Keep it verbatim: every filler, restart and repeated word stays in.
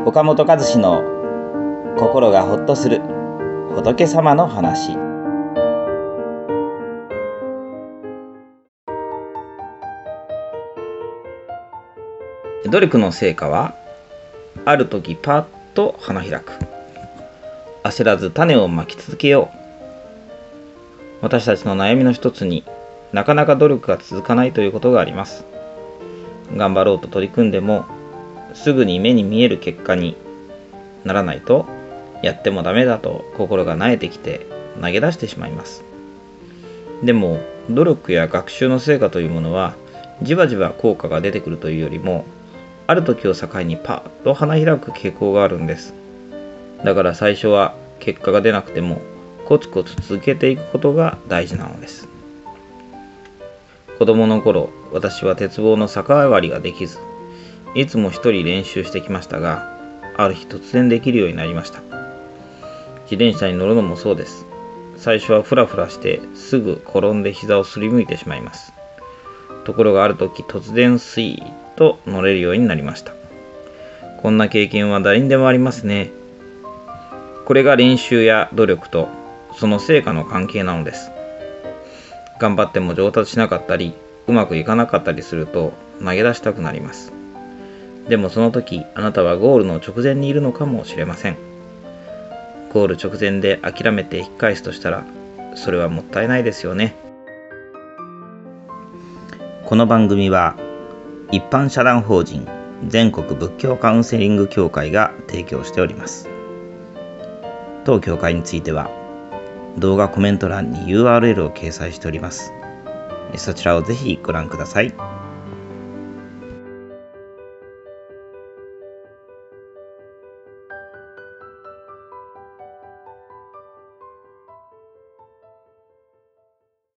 岡本和志の心がほっとする仏様の話。努力の成果はある時パッと花開く。焦らず種をまき続けよう。私たちの悩みの一つに、なかなか努力が続かないということがあります。頑張ろうと取り組んでもすぐに目に見える結果にならないと、やってもダメだと心が萎えてきて投げ出してしまいます。でも努力や学習の成果というものはじわじわ効果が出てくるというよりも、ある時を境にパッと花開く傾向があるんです。だから最初は結果が出なくてもコツコツ続けていくことが大事なのです。子供の頃、私は鉄棒の逆上がりができず、いつも一人練習してきましたが、ある日突然できるようになりました。自転車に乗るのもそうです。最初はフラフラしてすぐ転んで膝をすりむいてしまいます。ところがある時突然スイーッと乗れるようになりました。こんな経験は誰にでもありますね。これが練習や努力とその成果の関係なのです。頑張っても上達しなかったり、うまくいかなかったりすると投げ出したくなります。でもその時、あなたはゴールの直前にいるのかもしれません。ゴール直前で諦めて引き返すとしたら、それはもったいないですよね。この番組は一般社団法人全国仏教カウンセリング協会が提供しております。当協会については動画コメント欄に ユーアールエル を掲載しております。そちらをぜひご覧ください。